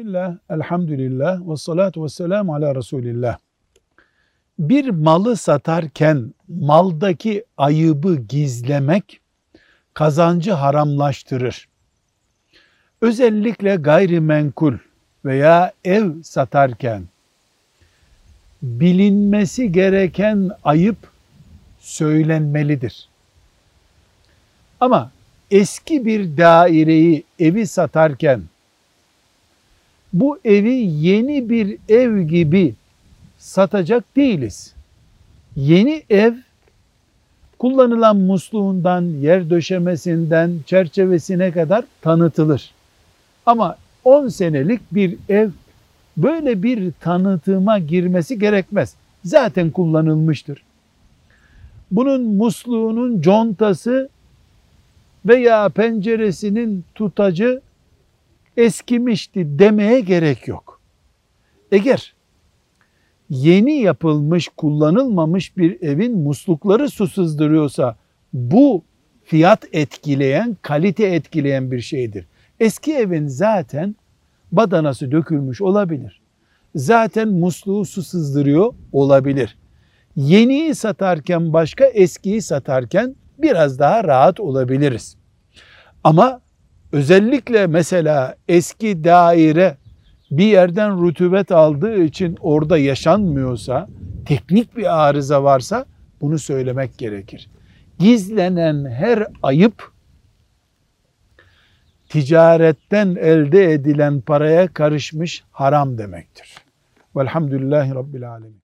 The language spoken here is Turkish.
Bismillah, elhamdülillah, ve salatu ve selamu ala Resulillah. Bir malı satarken maldaki ayıbı gizlemek kazancı haramlaştırır. Özellikle gayrimenkul veya ev satarken bilinmesi gereken ayıp söylenmelidir. Ama eski bir daireyi, evi satarken bu evi yeni bir ev gibi satacak değiliz. Yeni ev kullanılan musluğundan, yer döşemesinden, çerçevesine kadar tanıtılır. Ama 10 senelik bir ev böyle bir tanıtıma girmesi gerekmez. Zaten kullanılmıştır. Bunun musluğunun contası veya penceresinin tutacı eskimişti demeye gerek yok. Eğer yeni yapılmış, kullanılmamış bir evin muslukları su sızdırıyorsa bu fiyat etkileyen, kalite etkileyen bir şeydir. Eski evin zaten badanası dökülmüş olabilir. Zaten musluğu su sızdırıyor olabilir. Yeniyi satarken başka, eskiyi satarken biraz daha rahat olabiliriz. Ama özellikle mesela eski daire bir yerden rutubet aldığı için orada yaşanmıyorsa, teknik bir arıza varsa bunu söylemek gerekir. Gizlenen her ayıp ticaretten elde edilen paraya karışmış haram demektir. Velhamdülillahi Rabbil Alemin.